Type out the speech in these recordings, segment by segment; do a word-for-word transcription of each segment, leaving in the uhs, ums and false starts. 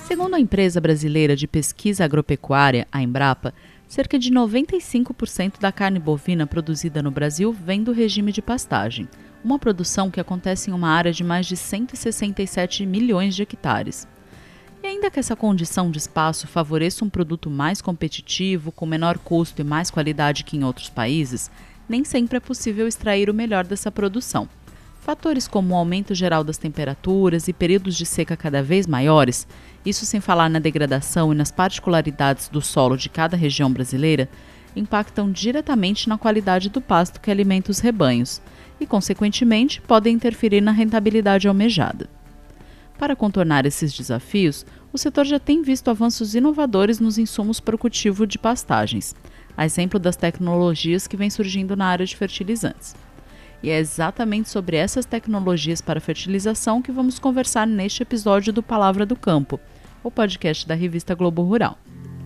Segundo a empresa brasileira de pesquisa agropecuária, a Embrapa, cerca de noventa e cinco por cento da carne bovina produzida no Brasil vem do regime de pastagem, uma produção que acontece em uma área de mais de cento e sessenta e sete milhões de hectares. E ainda que essa condição de espaço favoreça um produto mais competitivo, com menor custo e mais qualidade que em outros países, nem sempre é possível extrair o melhor dessa produção. Fatores como o aumento geral das temperaturas e períodos de seca cada vez maiores, isso sem falar na degradação e nas particularidades do solo de cada região brasileira, impactam diretamente na qualidade do pasto que alimenta os rebanhos e, consequentemente, podem interferir na rentabilidade almejada. Para contornar esses desafios, o setor já tem visto avanços inovadores nos insumos para o cultivo de pastagens, a exemplo das tecnologias que vêm surgindo na área de fertilizantes. E é exatamente sobre essas tecnologias para fertilização que vamos conversar neste episódio do Palavra do Campo, o podcast da revista Globo Rural.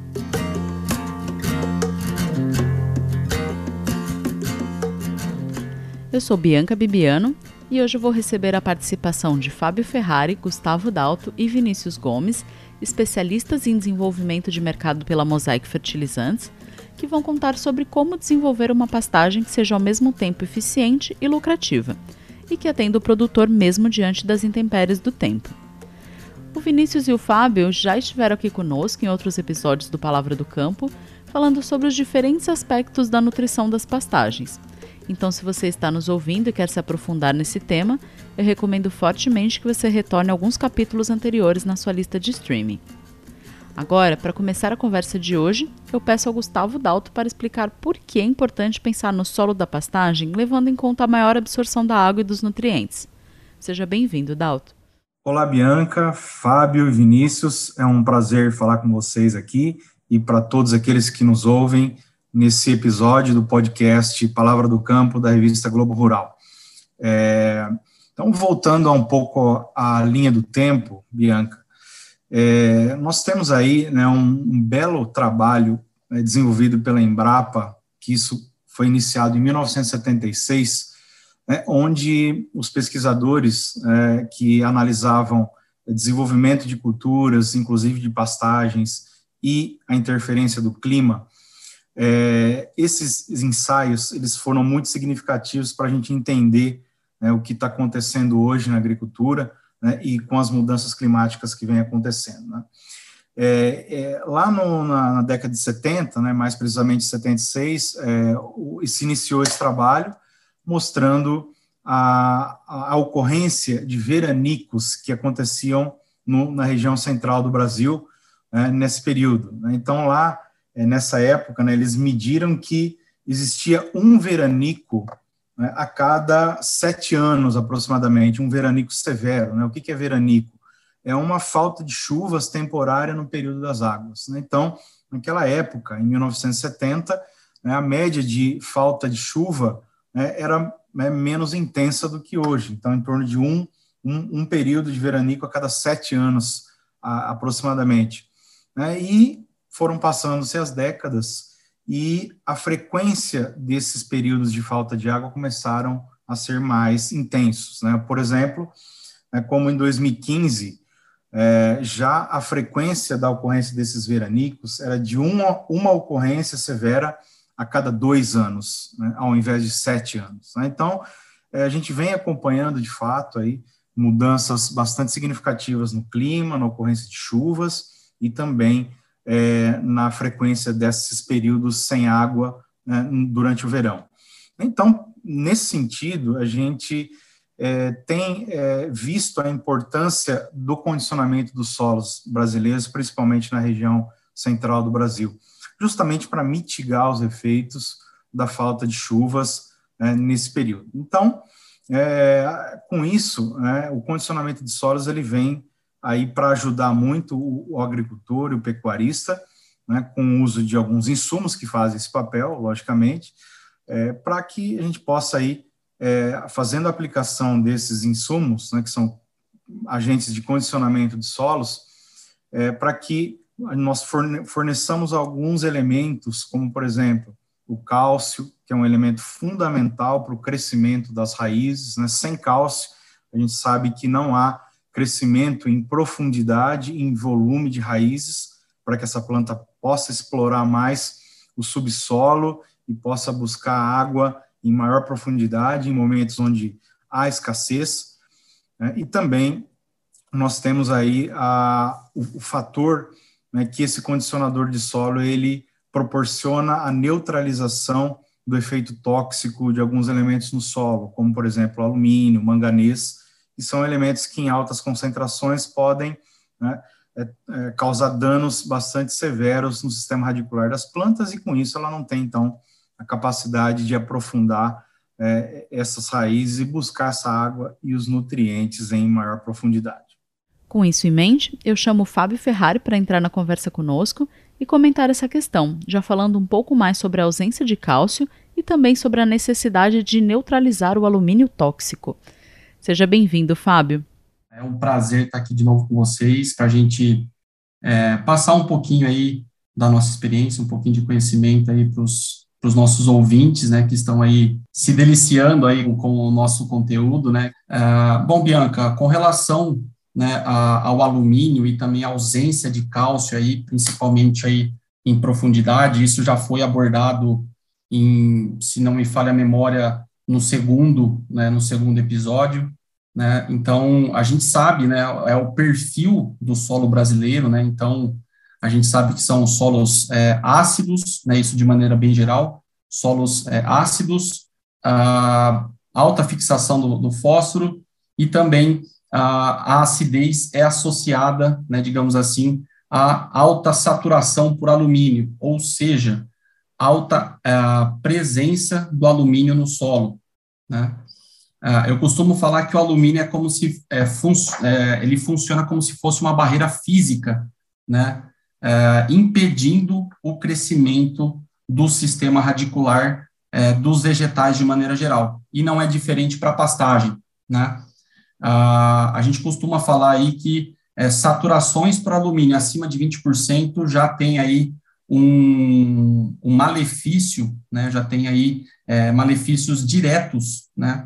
Eu sou Bianca Bibiano e hoje eu vou receber a participação de Fábio Ferrari, Gustavo Dalto e Vinícius Gomes, especialistas em desenvolvimento de mercado pela Mosaic Fertilizantes, que vão contar sobre como desenvolver uma pastagem que seja ao mesmo tempo eficiente e lucrativa, e que atenda o produtor mesmo diante das intempéries do tempo. O Vinícius e o Fábio já estiveram aqui conosco em outros episódios do Palavra do Campo, falando sobre os diferentes aspectos da nutrição das pastagens. Então, se você está nos ouvindo e quer se aprofundar nesse tema, eu recomendo fortemente que você retorne alguns capítulos anteriores na sua lista de streaming. Agora, para começar a conversa de hoje, eu peço ao Gustavo Dalto para explicar por que é importante pensar no solo da pastagem, levando em conta a maior absorção da água e dos nutrientes. Seja bem-vindo, Dalto. Olá, Bianca, Fábio e Vinícius. É um prazer falar com vocês aqui e para todos aqueles que nos ouvem nesse episódio do podcast Palavra do Campo da revista Globo Rural. É, então, voltando a um pouco à linha do tempo, Bianca, É, nós temos aí, né, um, um belo trabalho, né, desenvolvido pela Embrapa, que isso foi iniciado em mil novecentos e setenta e seis, né, onde os pesquisadores é, que analisavam desenvolvimento de culturas, inclusive de pastagens, e a interferência do clima, é, esses ensaios eles foram muito significativos para a gente entender, né, o que está acontecendo hoje na agricultura, né, e com as mudanças climáticas que vem acontecendo. Né. É, é, lá no, na, na década de setenta, né, mais precisamente setenta e seis, é, o, se iniciou esse trabalho mostrando a, a, a ocorrência de veranicos que aconteciam no, na região central do Brasil, né, nesse período. Né. Então, lá, é, nessa época, né, eles mediram que existia um veranico a cada sete anos, aproximadamente, um veranico severo. Né? O que é veranico? É uma falta de chuvas temporária no período das águas. Né? Então, naquela época, em mil novecentos e setenta, né, a média de falta de chuva, né, era, né, menos intensa do que hoje. Então, em torno de um, um, um período de veranico a cada sete anos, a, aproximadamente. Né? E foram passando-se as décadas, e a frequência desses períodos de falta de água começaram a ser mais intensos. Né? Por exemplo, né, como em dois mil e quinze, é, já a frequência da ocorrência desses veranicos era de uma, uma ocorrência severa a cada dois anos, né, ao invés de sete anos. Né? Então, é, a gente vem acompanhando, de fato, aí, mudanças bastante significativas no clima, na ocorrência de chuvas e também É, na frequência desses períodos sem água, né, durante o verão. Então, nesse sentido, a gente é, tem é, visto a importância do condicionamento dos solos brasileiros, principalmente na região central do Brasil, justamente para mitigar os efeitos da falta de chuvas, né, nesse período. Então, é, com isso, né, o condicionamento de solos ele vem aí para ajudar muito o, o agricultor e o pecuarista, né, com o uso de alguns insumos que fazem esse papel, logicamente, é, para que a gente possa aí, é, fazendo a aplicação desses insumos, né, que são agentes de condicionamento de solos, é, para que nós forne forneçamos alguns elementos, como, por exemplo, o cálcio, que é um elemento fundamental para o crescimento das raízes, né? Sem cálcio, a gente sabe que não há crescimento em profundidade e em volume de raízes, para que essa planta possa explorar mais o subsolo e possa buscar água em maior profundidade em momentos onde há escassez, né? E também nós temos aí a, o, o fator, né, que esse condicionador de solo ele proporciona a neutralização do efeito tóxico de alguns elementos no solo, como, por exemplo, alumínio, manganês, que são elementos que em altas concentrações podem, né, é, é, causar danos bastante severos no sistema radicular das plantas, e com isso ela não tem, então, a capacidade de aprofundar é, essas raízes e buscar essa água e os nutrientes em maior profundidade. Com isso em mente, eu chamo o Fábio Ferrari para entrar na conversa conosco e comentar essa questão, já falando um pouco mais sobre a ausência de cálcio e também sobre a necessidade de neutralizar o alumínio tóxico. Seja bem-vindo, Fábio. É um prazer estar aqui de novo com vocês, para a gente é, passar um pouquinho aí da nossa experiência, um pouquinho de conhecimento aí para os nossos ouvintes, né, que estão aí se deliciando aí com, com o nosso conteúdo, né. É, bom, Bianca, com relação, né, a, ao alumínio e também a ausência de cálcio aí, principalmente aí em profundidade, isso já foi abordado em, se não me falha a memória, no segundo, né, no segundo episódio, né. Então, a gente sabe, né, é o perfil do solo brasileiro, né, então, a gente sabe que são solos é, ácidos, né, isso de maneira bem geral, solos é, ácidos, a alta fixação do, do fósforo, e também a, a acidez é associada, né, digamos assim, a alta saturação por alumínio, ou seja, alta a presença do alumínio no solo, né. Uh, eu costumo falar que o alumínio é como se é, fun é, ele funciona como se fosse uma barreira física, né, uh, impedindo o crescimento do sistema radicular uh, dos vegetais de maneira geral. E não é diferente para a pastagem, né. Uh, a gente costuma falar aí que uh, saturações por alumínio acima de vinte por cento já tem aí um, um malefício, né, já tem aí uh, malefícios diretos, né,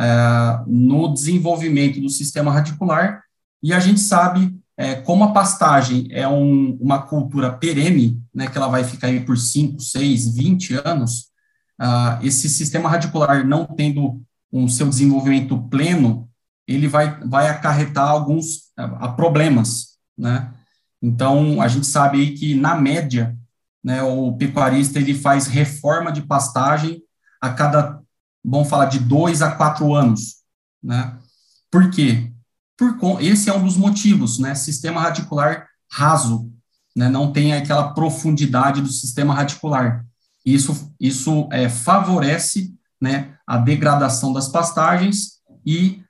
Uh, no desenvolvimento do sistema radicular, e a gente sabe, uh, como a pastagem é um, uma cultura perene, né, que ela vai ficar aí por cinco, seis, vinte anos, uh, esse sistema radicular não tendo um seu desenvolvimento pleno, ele vai, vai acarretar alguns uh, problemas, né. Então, a gente sabe aí que, na média, né, o pecuarista ele faz reforma de pastagem a cada, vamos falar, de dois a quatro anos, né? Por quê? Por, esse é um dos motivos, né? Sistema radicular raso, né? Não tem aquela profundidade do sistema radicular. Isso, isso é, favorece, né, a degradação das pastagens e,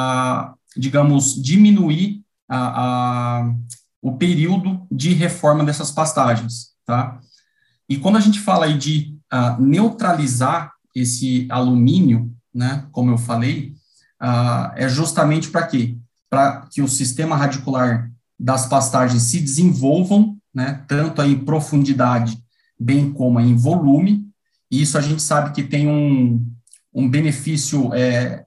a, digamos, diminuir a, a, o período de reforma dessas pastagens, tá? E quando a gente fala aí de a, neutralizar esse alumínio, né, como eu falei, uh, é justamente para quê? Para que o sistema radicular das pastagens se desenvolvam, né, tanto em profundidade, bem como em volume, e isso a gente sabe que tem um, um benefício é,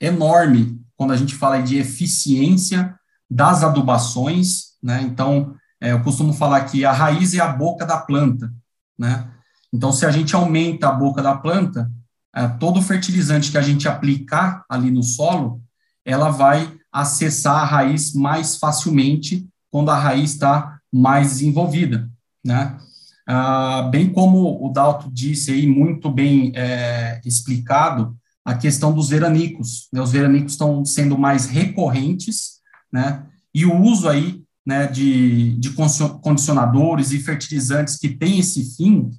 enorme quando a gente fala de eficiência das adubações, né, então, é, eu costumo falar que a raiz é a boca da planta, né. Então, se a gente aumenta a boca da planta, é, todo fertilizante que a gente aplicar ali no solo, ela vai acessar a raiz mais facilmente quando a raiz está mais desenvolvida, né? Ah, bem como o Dalto disse aí, muito bem é, explicado, a questão dos veranicos, né? Os veranicos estão sendo mais recorrentes, né? E o uso aí, né, de, de condicionadores e fertilizantes que tem esse fim,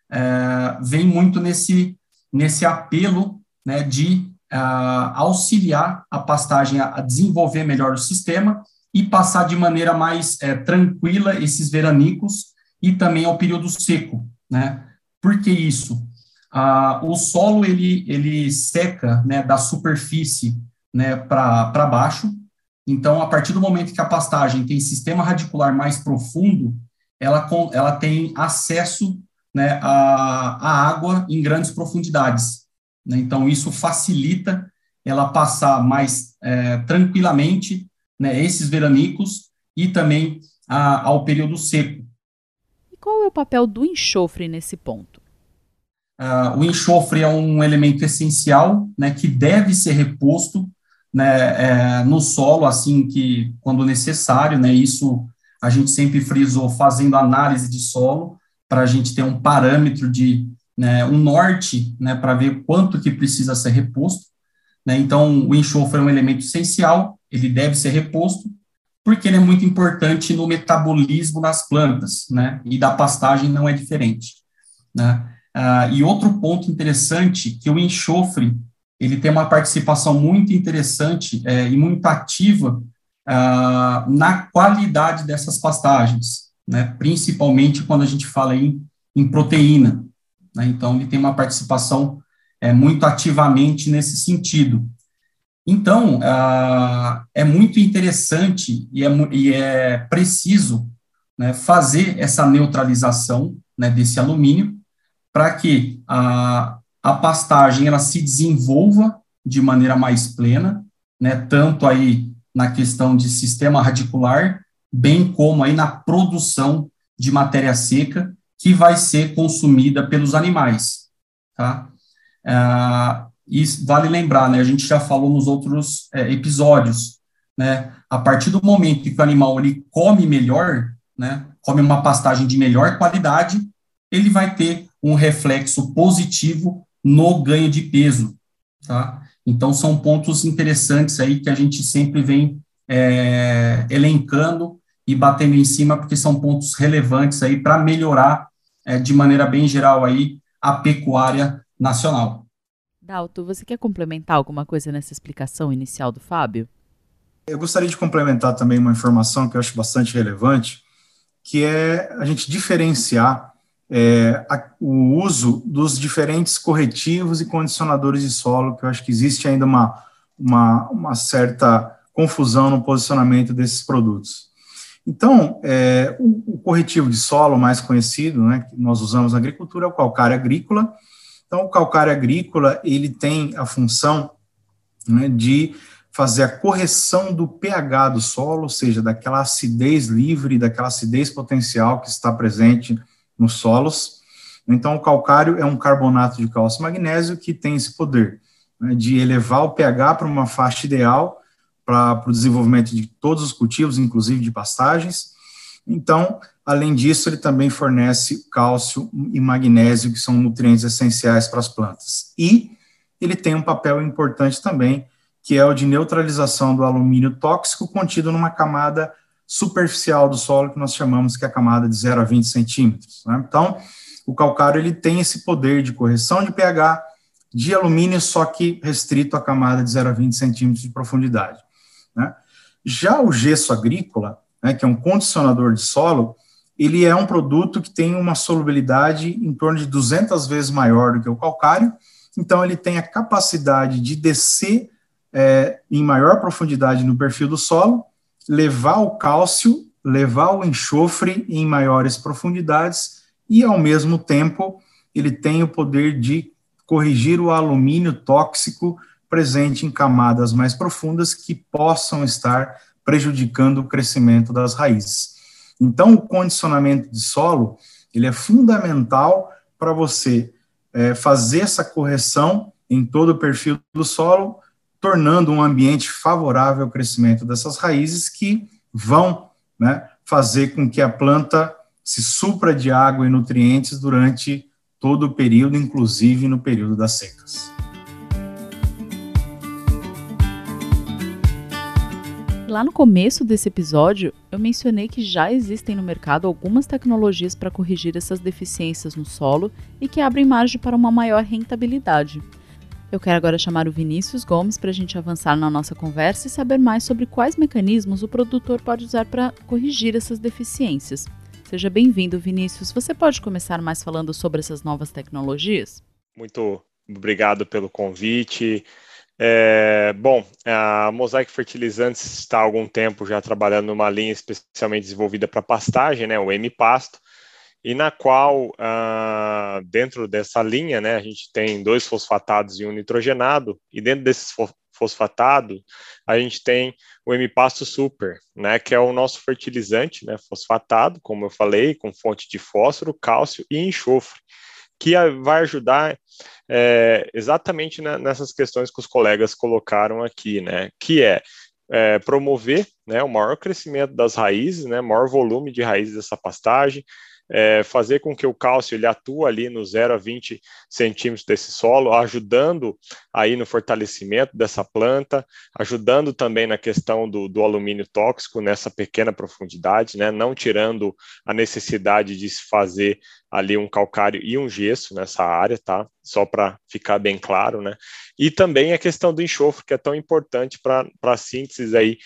É, vem muito nesse, nesse apelo, né, de uh, auxiliar a pastagem a, a desenvolver melhor o sistema e passar de maneira mais é, tranquila esses veranicos e também ao período seco, né? Por que isso? Uh, o solo, ele, ele seca, né, da superfície, né, para baixo, então, a partir do momento que a pastagem tem sistema radicular mais profundo, ela, ela tem acesso, né, a, a água em grandes profundidades, né? Então, isso facilita ela passar mais é, tranquilamente né, esses veranicos e também a, ao período seco. E qual é o papel do enxofre nesse ponto? Uh, o enxofre é um elemento essencial, né, que deve ser reposto, né, é, no solo, assim que, quando necessário, né, isso a gente sempre frisou fazendo análise de solo, para a gente ter um parâmetro de, né, um norte, né, para ver quanto que precisa ser reposto, né, então o enxofre é um elemento essencial, ele deve ser reposto, porque ele é muito importante no metabolismo das plantas, né, e da pastagem não é diferente, né. Uh, e outro ponto interessante, que o enxofre, ele tem uma participação muito interessante é, e muito ativa uh, na qualidade dessas pastagens, né, principalmente quando a gente fala em, em proteína, né, então ele tem uma participação é, muito ativamente nesse sentido. Então, uh, é muito interessante e é, e é preciso, né, fazer essa neutralização, né, desse alumínio, para que a, a pastagem ela se desenvolva de maneira mais plena, né, tanto aí na questão de sistema radicular, bem como aí na produção de matéria seca que vai ser consumida pelos animais, tá? Ah, e vale lembrar, né, a gente já falou nos outros é, episódios, né, a partir do momento que o animal ele come melhor, né, come uma pastagem de melhor qualidade, ele vai ter um reflexo positivo no ganho de peso, tá? Então, são pontos interessantes aí que a gente sempre vem é, elencando e batendo em cima, porque são pontos relevantes aí para melhorar, é, de maneira bem geral aí, a pecuária nacional. Dalto, você quer complementar alguma coisa nessa explicação inicial do Fábio? Eu gostaria de complementar também uma informação que eu acho bastante relevante, que é a gente diferenciar é, a, o uso dos diferentes corretivos e condicionadores de solo, que eu acho que existe ainda uma, uma, uma certa confusão no posicionamento desses produtos. Então, é, o, o corretivo de solo mais conhecido, né, que nós usamos na agricultura, é o calcário agrícola. Então, o calcário agrícola, ele tem a função, né, de fazer a correção do pH do solo, ou seja, daquela acidez livre, daquela acidez potencial que está presente nos solos. Então, o calcário é um carbonato de cálcio e magnésio que tem esse poder, né, de elevar o pH para uma faixa ideal para, para o desenvolvimento de todos os cultivos, inclusive de pastagens. Então, além disso, ele também fornece cálcio e magnésio, que são nutrientes essenciais para as plantas. E ele tem um papel importante também, que é o de neutralização do alumínio tóxico contido numa camada superficial do solo, que nós chamamos que é a camada de zero a vinte centímetros. Né? Então, o calcário ele tem esse poder de correção de pH, de alumínio, só que restrito à camada de zero a vinte centímetros de profundidade. Né? Já o gesso agrícola, né, que é um condicionador de solo, ele é um produto que tem uma solubilidade em torno de duzentas vezes maior do que o calcário, então ele tem a capacidade de descer é, em maior profundidade no perfil do solo, levar o cálcio, levar o enxofre em maiores profundidades e, ao mesmo tempo, ele tem o poder de corrigir o alumínio tóxico presente em camadas mais profundas que possam estar prejudicando o crescimento das raízes. Então, o condicionamento de solo, ele é fundamental para você é, fazer essa correção em todo o perfil do solo, tornando um ambiente favorável ao crescimento dessas raízes que vão, né, fazer com que a planta se supra de água e nutrientes durante todo o período, inclusive no período das secas. Lá no começo desse episódio, eu mencionei que já existem no mercado algumas tecnologias para corrigir essas deficiências no solo e que abrem margem para uma maior rentabilidade. Eu quero agora chamar o Vinícius Gomes para a gente avançar na nossa conversa e saber mais sobre quais mecanismos o produtor pode usar para corrigir essas deficiências. Seja bem-vindo, Vinícius. Você pode começar mais falando sobre essas novas tecnologias? Muito obrigado pelo convite. É, bom, a Mosaic Fertilizantes está há algum tempo já trabalhando numa linha especialmente desenvolvida para pastagem, né, o M-Pasto, e na qual, uh, dentro dessa linha, né, a gente tem dois fosfatados e um nitrogenado, e dentro desses fosfatado, a gente tem o M-Pasto Super, né, que é o nosso fertilizante, né, fosfatado, como eu falei, com fonte de fósforo, cálcio e enxofre, que vai ajudar é, exatamente nessas questões que os colegas colocaram aqui, né, que é, é promover, né, o maior crescimento das raízes, né, maior volume de raízes dessa pastagem, É, fazer com que o cálcio ele atue ali no zero a vinte centímetros desse solo, ajudando aí no fortalecimento dessa planta, ajudando também na questão do, do alumínio tóxico nessa pequena profundidade, né, não tirando a necessidade de se fazer ali um calcário e um gesso nessa área, tá? Só para ficar bem claro, né? E também a questão do enxofre, que é tão importante para a síntese aí,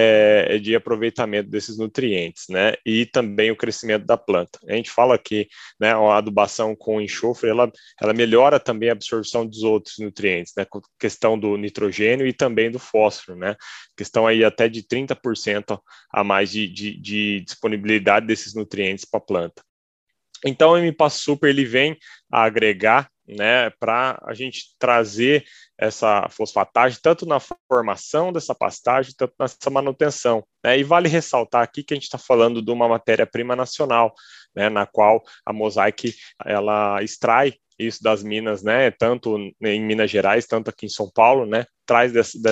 é, de aproveitamento desses nutrientes, né? E também o crescimento da planta. A gente fala que, né, a adubação com enxofre, ela, ela melhora também a absorção dos outros nutrientes, né? Com questão do nitrogênio e também do fósforo, né? Questão aí até de trinta por cento a mais de, de, de disponibilidade desses nutrientes para a planta. Então, o M-Pasto Super ele vem a agregar, né, para a gente trazer essa fosfatagem tanto na formação dessa pastagem, tanto nessa manutenção, né, e vale ressaltar aqui que a gente está falando de uma matéria-prima nacional, né, na qual a Mosaic ela extrai isso das minas, né, tanto em Minas Gerais, tanto aqui em São Paulo, né, traz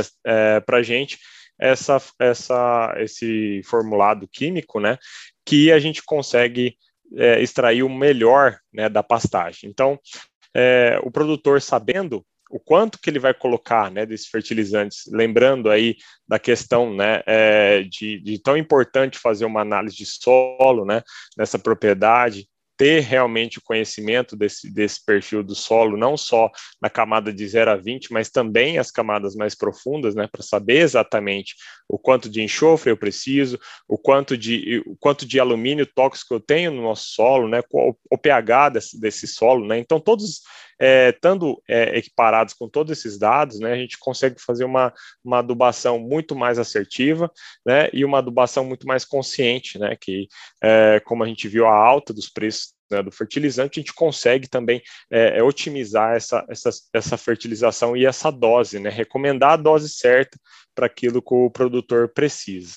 é, para a gente essa, essa, esse formulado químico, né, que a gente consegue É, extrair o melhor, né, da pastagem. Então, é, o produtor sabendo o quanto que ele vai colocar, né, desses fertilizantes, lembrando aí da questão, né, é, de, de tão importante fazer uma análise de solo, né, nessa propriedade, ter realmente o conhecimento desse, desse perfil do solo, não só na camada de zero a vinte, mas também as camadas mais profundas, né, para saber exatamente o quanto de enxofre eu preciso, o quanto de, o quanto de alumínio tóxico eu tenho no nosso solo, né, qual o pH desse, desse solo, né, então todos, é, estando é, equiparados com todos esses dados, né, a gente consegue fazer uma, uma adubação muito mais assertiva, né, e uma adubação muito mais consciente, né, que é, como a gente viu a alta dos preços, né, do fertilizante, a gente consegue também é, é, otimizar essa, essa, essa fertilização e essa dose, né, recomendar a dose certa para aquilo que o produtor precisa.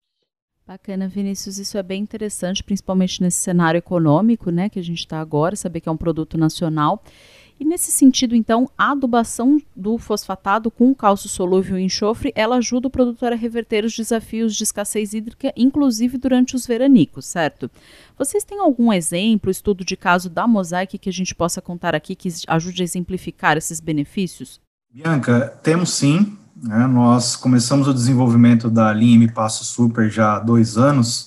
Bacana, Vinícius, isso é bem interessante, principalmente nesse cenário econômico, né, que a gente está agora, saber que é um produto nacional. E nesse sentido, então, a adubação do fosfatado com cálcio solúvel e enxofre, ela ajuda o produtor a reverter os desafios de escassez hídrica, inclusive durante os veranicos, certo? Vocês têm algum exemplo, estudo de caso da Mosaic que a gente possa contar aqui que ajude a exemplificar esses benefícios? Bianca, temos sim. Né? Nós começamos o desenvolvimento da linha M-Pasto Super já há dois anos,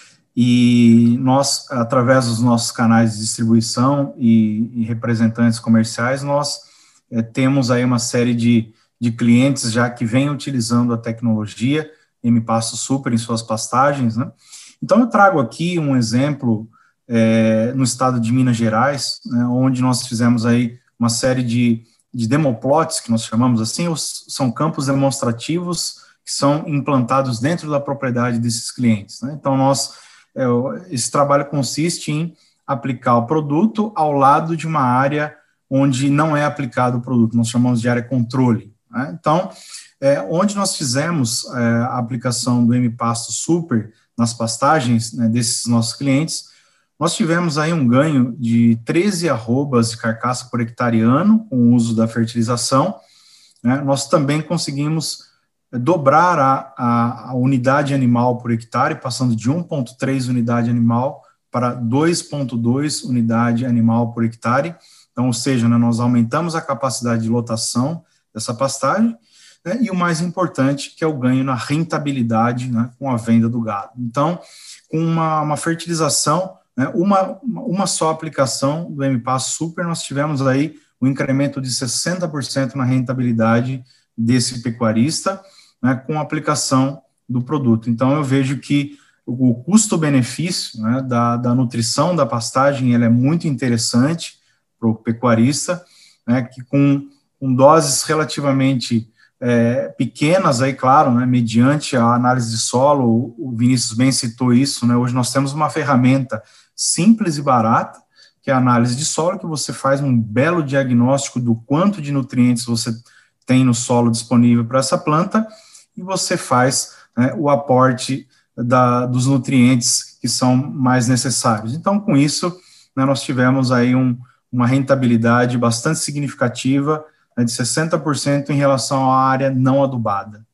e nós, através dos nossos canais de distribuição e, e representantes comerciais, nós é, temos aí uma série de, de clientes já que vêm utilizando a tecnologia M-Pasto Super em suas pastagens, né? Então, eu trago aqui um exemplo é, no estado de Minas Gerais, né, onde nós fizemos aí uma série de, de demoplots, que nós chamamos assim, os, são campos demonstrativos que são implantados dentro da propriedade desses clientes, né? Então, nós É, esse trabalho consiste em aplicar o produto ao lado de uma área onde não é aplicado o produto, nós chamamos de área controle, né? Então, é, onde nós fizemos é, a aplicação do M-Pasto Super nas pastagens, né, desses nossos clientes, nós tivemos aí um ganho de treze arrobas de carcaça por hectare ano com o uso da fertilização, né? Nós também conseguimos dobrar a, a, a unidade animal por hectare, passando de um vírgula três unidade animal para dois vírgula dois unidade animal por hectare. Então, ou seja, né, nós aumentamos a capacidade de lotação dessa pastagem, né, e o mais importante, que é o ganho na rentabilidade, né, com a venda do gado. Então, com uma, uma fertilização, né, uma, uma só aplicação do M-Pasto Super, nós tivemos aí um incremento de sessenta por cento na rentabilidade desse pecuarista, né, com a aplicação do produto. Então, eu vejo que o custo-benefício, né, da, da nutrição da pastagem, ele é muito interessante para o pecuarista, né, que com, com doses relativamente é, pequenas, aí, claro, né, mediante a análise de solo, o Vinícius bem citou isso, né, hoje nós temos uma ferramenta simples e barata, que é a análise de solo, que você faz um belo diagnóstico do quanto de nutrientes você tem no solo disponível para essa planta, e você faz, né, o aporte da, dos nutrientes que são mais necessários. Então, com isso, né, nós tivemos aí um, uma rentabilidade bastante significativa, né, de sessenta por cento em relação à área não adubada.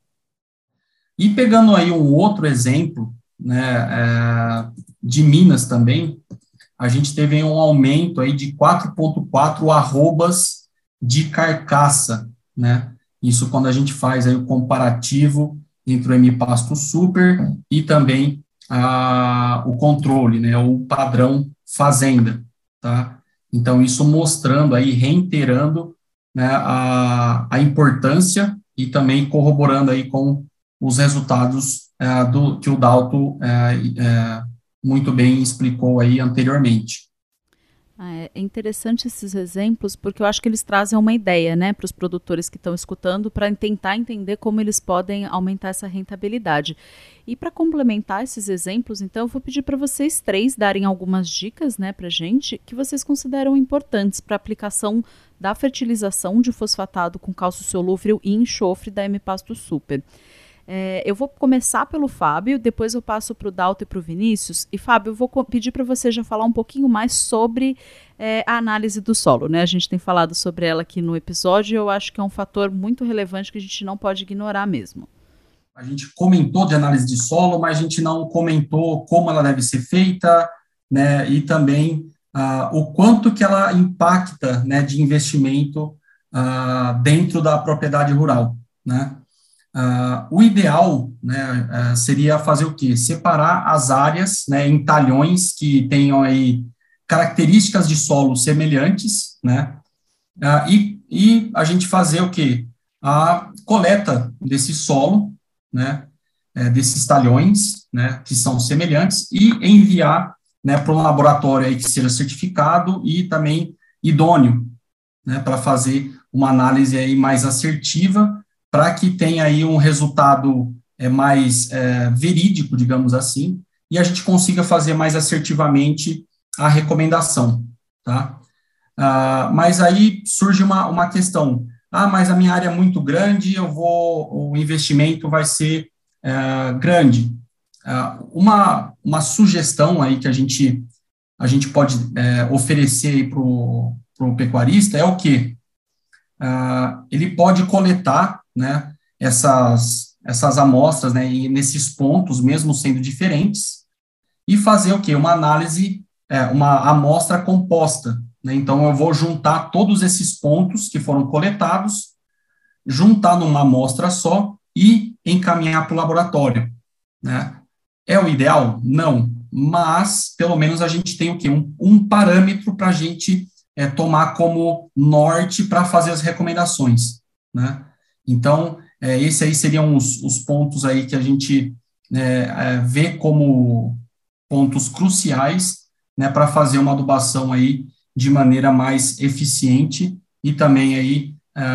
E pegando aí um outro exemplo, né, é, de Minas também, a gente teve um aumento aí de quatro vírgula quatro arrobas de carcaça, né? Isso quando a gente faz aí o comparativo entre o M-Pasto Super e também a, o controle, né, o padrão fazenda, tá? Então, isso mostrando aí, reiterando, né, a, a importância e também corroborando aí com os resultados é, do, que o Dalto é, é, muito bem explicou aí anteriormente. É interessante esses exemplos, porque eu acho que eles trazem uma ideia, né, para os produtores que estão escutando, para tentar entender como eles podem aumentar essa rentabilidade. E para complementar esses exemplos, então, eu vou pedir para vocês três darem algumas dicas, né, para a gente, que vocês consideram importantes para a aplicação da fertilização de fosfatado com cálcio solúvel e enxofre da M-Pasto Super. É, eu vou começar pelo Fábio, depois eu passo para o Dalto e para o Vinícius. E, Fábio, eu vou pedir para você já falar um pouquinho mais sobre é, a análise do solo, né? A gente tem falado sobre ela aqui no episódio e eu acho que é um fator muito relevante que a gente não pode ignorar mesmo. A gente comentou de análise de solo, mas a gente não comentou como ela deve ser feita, né? E também ah, o quanto que ela impacta, né, de investimento ah, dentro da propriedade rural, né? Uh, o ideal, né, uh, seria fazer o quê? Separar as áreas, né, em talhões que tenham aí características de solo semelhantes, né, uh, e, e a gente fazer o quê? A coleta desse solo, né, é, desses talhões, né, que são semelhantes, e enviar, né, para um laboratório aí que seja certificado e também idôneo, né, para fazer uma análise aí mais assertiva, para que tenha aí um resultado é, mais é, verídico, digamos assim, e a gente consiga fazer mais assertivamente a recomendação, tá? Ah, mas aí surge uma, uma questão, ah, mas a minha área é muito grande, eu vou, o investimento vai ser é, grande. Ah, uma, uma sugestão aí que a gente, a gente pode é, oferecer para o pecuarista é o quê? Ah, ele pode coletar, né, essas, essas amostras, né, e nesses pontos, mesmo sendo diferentes, e fazer o quê? Uma análise, é, uma amostra composta, né, então eu vou juntar todos esses pontos que foram coletados, juntar numa amostra só e encaminhar para o laboratório, né. É o ideal? Não, mas pelo menos a gente tem o quê? Um, um parâmetro para a gente é, tomar como norte para fazer as recomendações, né. Então, é, esse aí seriam os, os pontos aí que a gente é, é, vê como pontos cruciais, né, para fazer uma adubação aí de maneira mais eficiente e também aí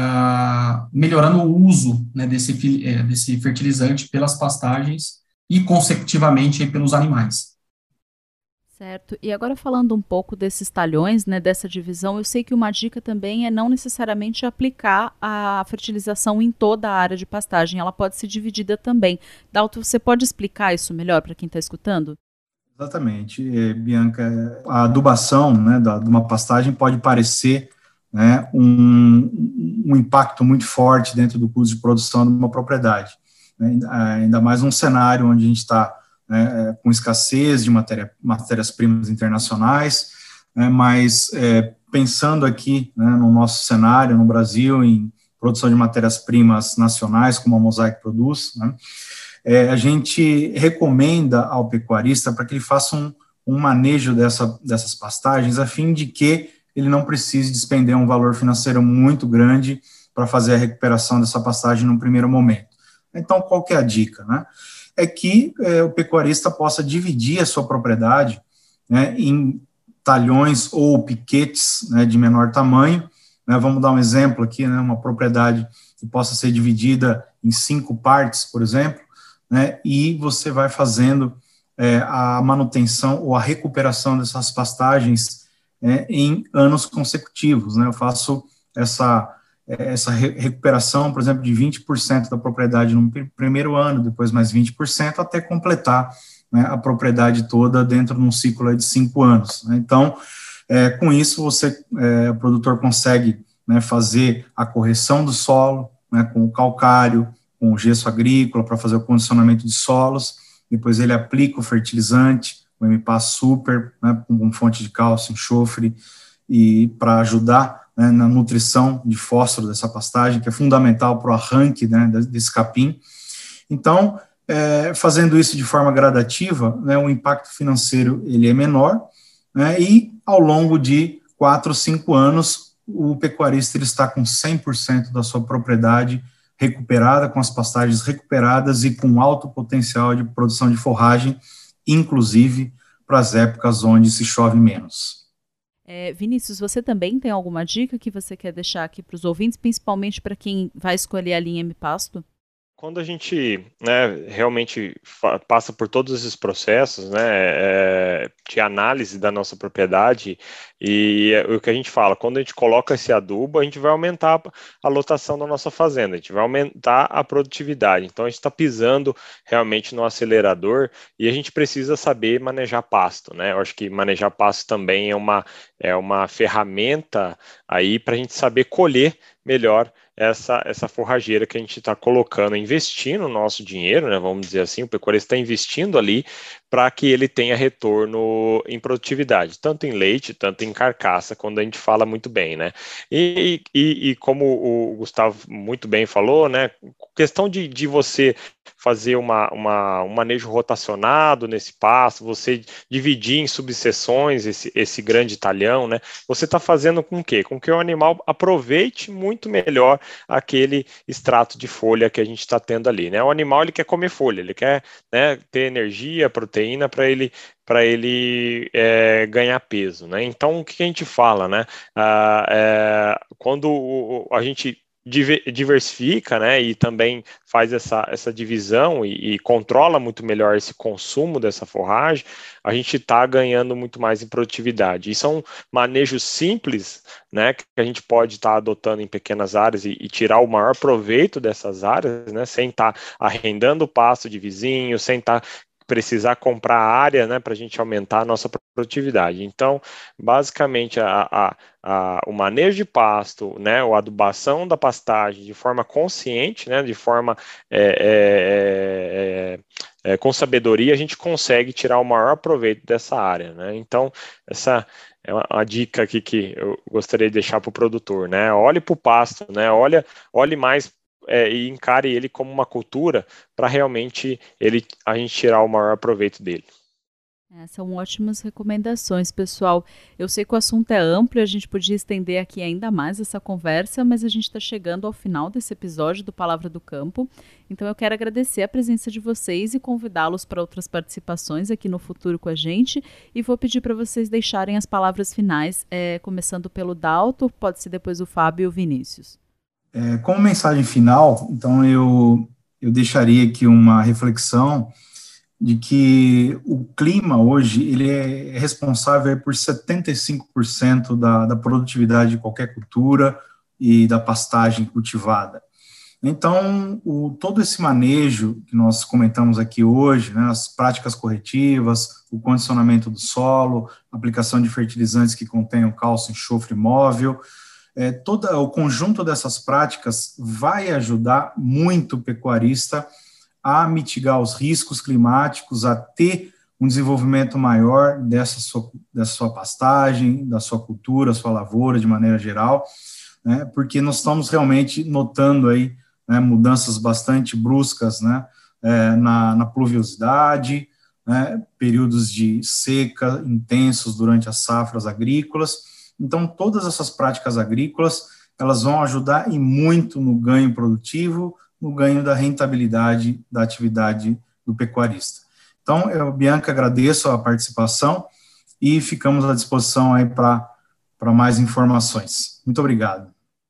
ah, melhorando o uso, né, desse, desse fertilizante pelas pastagens e, consecutivamente, aí, pelos animais. Certo. E agora falando um pouco desses talhões, né, dessa divisão, eu sei que uma dica também é não necessariamente aplicar a fertilização em toda a área de pastagem, ela pode ser dividida também. Dalto, você pode explicar isso melhor para quem está escutando? Exatamente, é, Bianca, a adubação, né, da, de uma pastagem pode parecer, né, um, um impacto muito forte dentro do custo de produção de uma propriedade, né, ainda mais num cenário onde a gente está, né, com escassez de matéria, matérias-primas internacionais, né, mas é, pensando aqui, né, no nosso cenário, no Brasil, em produção de matérias-primas nacionais, como a Mosaic produz, né, é, a gente recomenda ao pecuarista para que ele faça um, um manejo dessa, dessas pastagens, a fim de que ele não precise despender um valor financeiro muito grande para fazer a recuperação dessa pastagem no primeiro momento. Então, qual que é a dica, né? É que é, o pecuarista possa dividir a sua propriedade, né, em talhões ou piquetes, né, de menor tamanho, né. Vamos dar um exemplo aqui, né, uma propriedade que possa ser dividida em cinco partes, por exemplo, né, e você vai fazendo é, a manutenção ou a recuperação dessas pastagens é, em anos consecutivos, né. Eu faço essa, essa re- recuperação, por exemplo, de vinte por cento da propriedade no pr- primeiro ano, depois mais vinte por cento, até completar, né, a propriedade toda dentro de um ciclo de cinco anos. Né? Então, é, com isso, você, é, o produtor consegue, né, fazer a correção do solo, né, com o calcário, com o gesso agrícola, para fazer o condicionamento de solos, depois ele aplica o fertilizante, o M P A Super, né, com fonte de cálcio, enxofre, e para ajudar, né, na nutrição de fósforo dessa pastagem, que é fundamental para o arranque, né, desse capim. Então, é, fazendo isso de forma gradativa, né, o impacto financeiro ele é menor, né, e ao longo de quatro, cinco anos, o pecuarista ele está com cem por cento da sua propriedade recuperada, com as pastagens recuperadas e com alto potencial de produção de forragem, inclusive para as épocas onde se chove menos. É, Vinícius, você também tem alguma dica que você quer deixar aqui para os ouvintes, principalmente para quem vai escolher a linha M-Pasto? Quando a gente, né, realmente passa por todos esses processos, né, é, de análise da nossa propriedade, e é o que a gente fala, quando a gente coloca esse adubo, a gente vai aumentar a lotação da nossa fazenda, a gente vai aumentar a produtividade. Então, a gente está pisando realmente no acelerador e a gente precisa saber manejar pasto, né? Eu acho que manejar pasto também é uma, é uma ferramenta aí para a gente saber colher melhor essa, essa forrageira que a gente está colocando, investindo o nosso dinheiro, né, vamos dizer assim, o pecuarista está investindo ali para que ele tenha retorno em produtividade, tanto em leite, tanto em carcaça, quando a gente fala muito bem, né, e, e, e como o Gustavo muito bem falou, né, questão de, de você fazer uma, uma, um manejo rotacionado nesse pasto, você dividir em subseções esse, esse grande talhão, né, você está fazendo com o quê? Com que o animal aproveite muito melhor aquele extrato de folha que a gente está tendo ali, né? O animal ele quer comer folha, ele quer, né, ter energia, proteína para ele para ele é, ganhar peso, né? Então o que a gente fala, né? Ah, é, quando a gente diversifica, né, e também faz essa, essa divisão e, e controla muito melhor esse consumo dessa forragem, a gente está ganhando muito mais em produtividade. E são manejos simples, né, que a gente pode estar tá adotando em pequenas áreas e, e tirar o maior proveito dessas áreas, né, sem estar tá arrendando o pasto de vizinho, sem estar tá precisar comprar área, né, para a gente aumentar a nossa produtividade. Então, basicamente, a, a, a, o manejo de pasto, né, a adubação da pastagem de forma consciente, né, de forma é, é, é, é, com sabedoria, a gente consegue tirar o maior proveito dessa área, né? Então, essa é uma, uma dica aqui que eu gostaria de deixar para o produtor, né? Olhe para o pasto, né? Olha, olhe mais É, e encare ele como uma cultura para realmente ele, a gente tirar o maior proveito dele. É, são ótimas recomendações, pessoal. Eu sei que o assunto é amplo e a gente podia estender aqui ainda mais essa conversa, mas a gente está chegando ao final desse episódio do Palavra do Campo. Então eu quero agradecer a presença de vocês e convidá-los para outras participações aqui no futuro com a gente. E vou pedir para vocês deixarem as palavras finais, é, começando pelo Dalto, pode ser depois o Fábio e o Vinícius. É, como mensagem final, então eu, eu deixaria aqui uma reflexão de que o clima hoje ele é responsável por setenta e cinco por cento da, da produtividade de qualquer cultura e da pastagem cultivada. Então, o, todo esse manejo que nós comentamos aqui hoje, né, as práticas corretivas, o condicionamento do solo, aplicação de fertilizantes que contenham cálcio, enxofre móvel, É, todo o conjunto dessas práticas vai ajudar muito o pecuarista a mitigar os riscos climáticos, a ter um desenvolvimento maior dessa sua, dessa sua pastagem, da sua cultura, sua lavoura, de maneira geral, né, porque nós estamos realmente notando aí, né, mudanças bastante bruscas, né, é, na, na pluviosidade, né, períodos de seca intensos durante as safras agrícolas. Então, todas essas práticas agrícolas, elas vão ajudar e muito no ganho produtivo, no ganho da rentabilidade da atividade do pecuarista. Então, eu, Bianca, agradeço a participação e ficamos à disposição aí para para mais informações. Muito obrigado.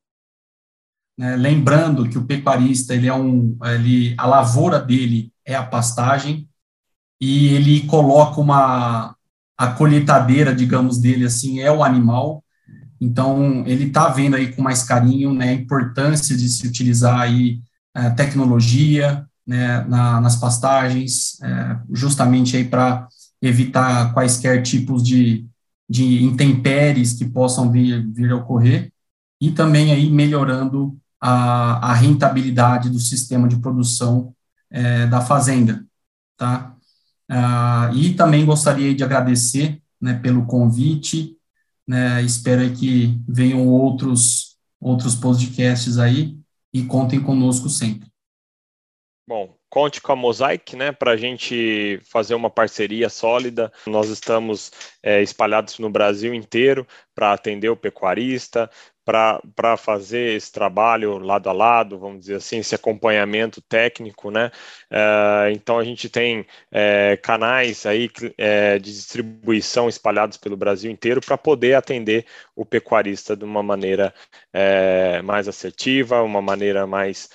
É, lembrando que o pecuarista, ele é um, ele, a lavoura dele é a pastagem e ele coloca uma, a colheitadeira, digamos, dele assim, é o animal. Então, ele está vendo aí com mais carinho, né, a importância de se utilizar aí é, tecnologia, né, na, nas pastagens, é, justamente aí para evitar quaisquer tipos de, de intempéries que possam vir, vir a ocorrer, e também aí melhorando a, a rentabilidade do sistema de produção é, da fazenda, tá? Ah, e também gostaria de agradecer, né, pelo convite, né, espero que venham outros, outros podcasts aí e contem conosco sempre. Bom, conte com a Mosaic, né, para a gente fazer uma parceria sólida. Nós estamos é, espalhados no Brasil inteiro para atender o pecuarista, para fazer esse trabalho lado a lado, vamos dizer assim, esse acompanhamento técnico, né? Uh, então a gente tem é, canais aí é, de distribuição espalhados pelo Brasil inteiro para poder atender o pecuarista de uma maneira é, mais assertiva, uma maneira mais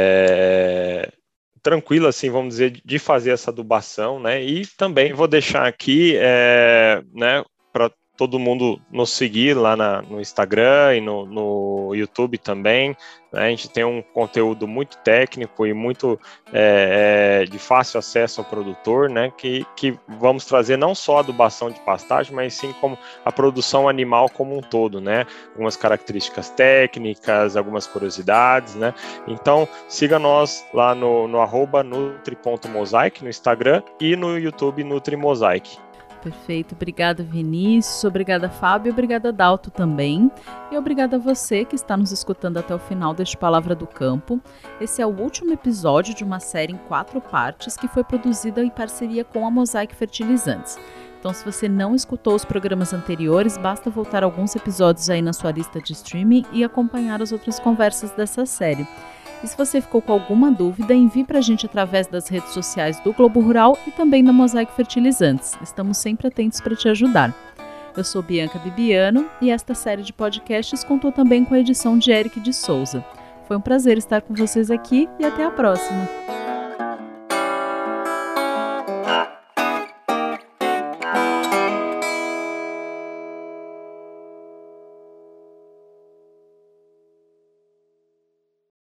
é, tranquila, assim, vamos dizer, de fazer essa adubação, né? E também vou deixar aqui, é, né, para todo mundo nos seguir lá na, no Instagram e no, no YouTube também, né? A gente tem um conteúdo muito técnico e muito é, de fácil acesso ao produtor, né? Que, que vamos trazer não só a adubação de pastagem, mas sim como a produção animal como um todo, né? Algumas características técnicas, algumas curiosidades, né? Então, siga nós lá no, no arroba nutri ponto mosaic no Instagram e no YouTube Nutri Mosaic. Perfeito, obrigada Vinícius, obrigada Fábio, obrigada Dalto também, e obrigada a você que está nos escutando até o final deste Palavra do Campo. Esse é o último episódio de uma série em quatro partes que foi produzida em parceria com a Mosaic Fertilizantes. Então, se você não escutou os programas anteriores, basta voltar alguns episódios aí na sua lista de streaming e acompanhar as outras conversas dessa série. E se você ficou com alguma dúvida, envie para a gente através das redes sociais do Globo Rural e também da Mosaic Fertilizantes. Estamos sempre atentos para te ajudar. Eu sou Bianca Bibiano e esta série de podcasts contou também com a edição de Eric de Souza. Foi um prazer estar com vocês aqui e até a próxima!